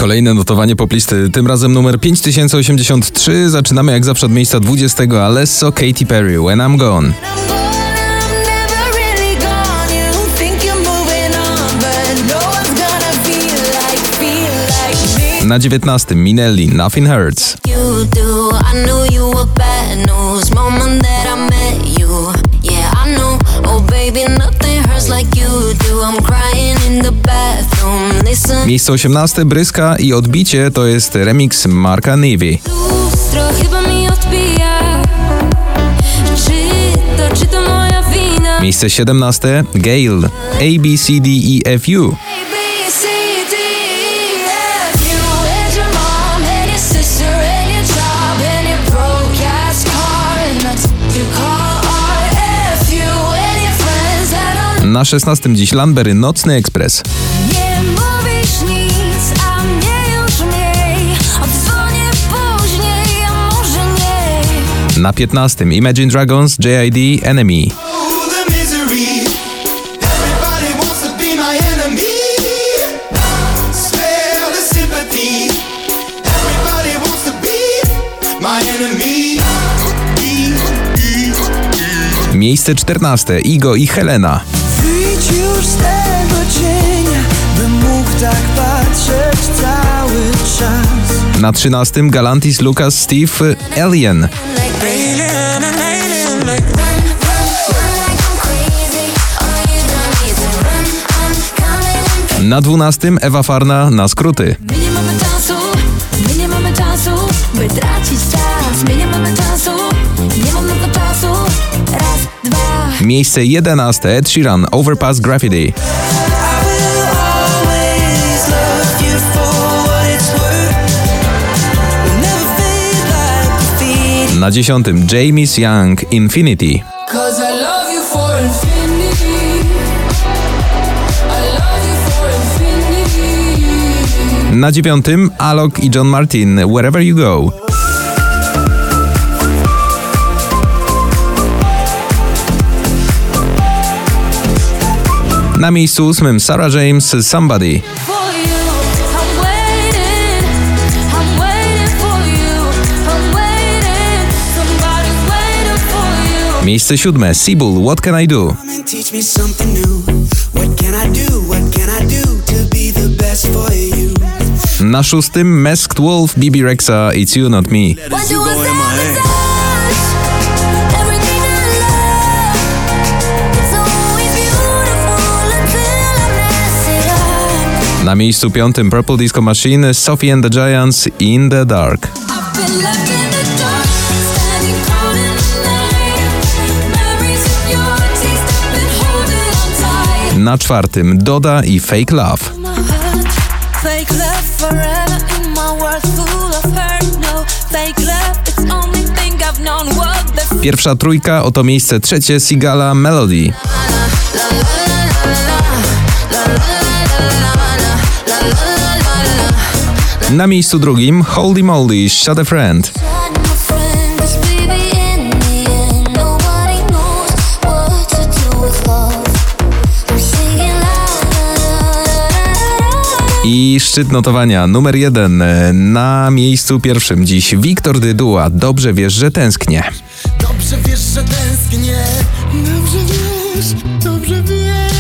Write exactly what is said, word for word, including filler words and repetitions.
Kolejne notowanie poplisty, tym razem numer pięć tysięcy osiemdziesiąt trzy. Zaczynamy jak zawsze od miejsca dwudziestego. Alesso, Katy Perry, When I'm Gone. Na dziewiętnastym Minelli, Nothing Hurts. Miejsce osiemnaste Bryska i Odbicie to jest remix Marka Nivi. Miejsce siedemnaste Gayle, A B C D E F U. Na szesnastym dziś Landberry, Nocny Ekspres. Nie mówisz nic, a mnie już mniej. Odzwonię później, a może nie. Na piętnastym Imagine Dragons, J I D, Enemy. Miejsce czternaste Igo i Helena. Wyjdź już z tego cienia, bym mógł tak patrzeć cały czas. Na trzynastym Galantis, Lucas, Steve, Alien. Na dwunastym Ewa Farna, Na skróty. My nie mamy czasu, my nie mamy czasu, by tracić czas. My nie mamy czasu, nie mam na to czasu. Raz, dwa. Miejsce jedenaste Ed Sheeran, Overpass Graffiti. Na dziesiątym James Young, Infinity. Na dziewiątym Alok i John Martin, Wherever You Go. Na miejscu ósmym Sarah James, Somebody. Miejsce siódme Sibul, What Can I Do. Na szóstym Masked Wolf, Bibi Rexha, It's You Not Me. Na miejscu piątym Purple Disco Machine, Sophie and the Giants, In the Dark. Na czwartym Doda i Fake Love. Pierwsza trójka, oto miejsce trzecie Sigala, Melody. Na miejscu drugim Holy Moly, Shut a Friend. I szczyt notowania numer jeden. Na miejscu pierwszym dziś Wiktor Dyduła, Dobrze wiesz, że tęsknię. Dobrze wiesz, że tęsknię. Dobrze wiesz, dobrze wiesz.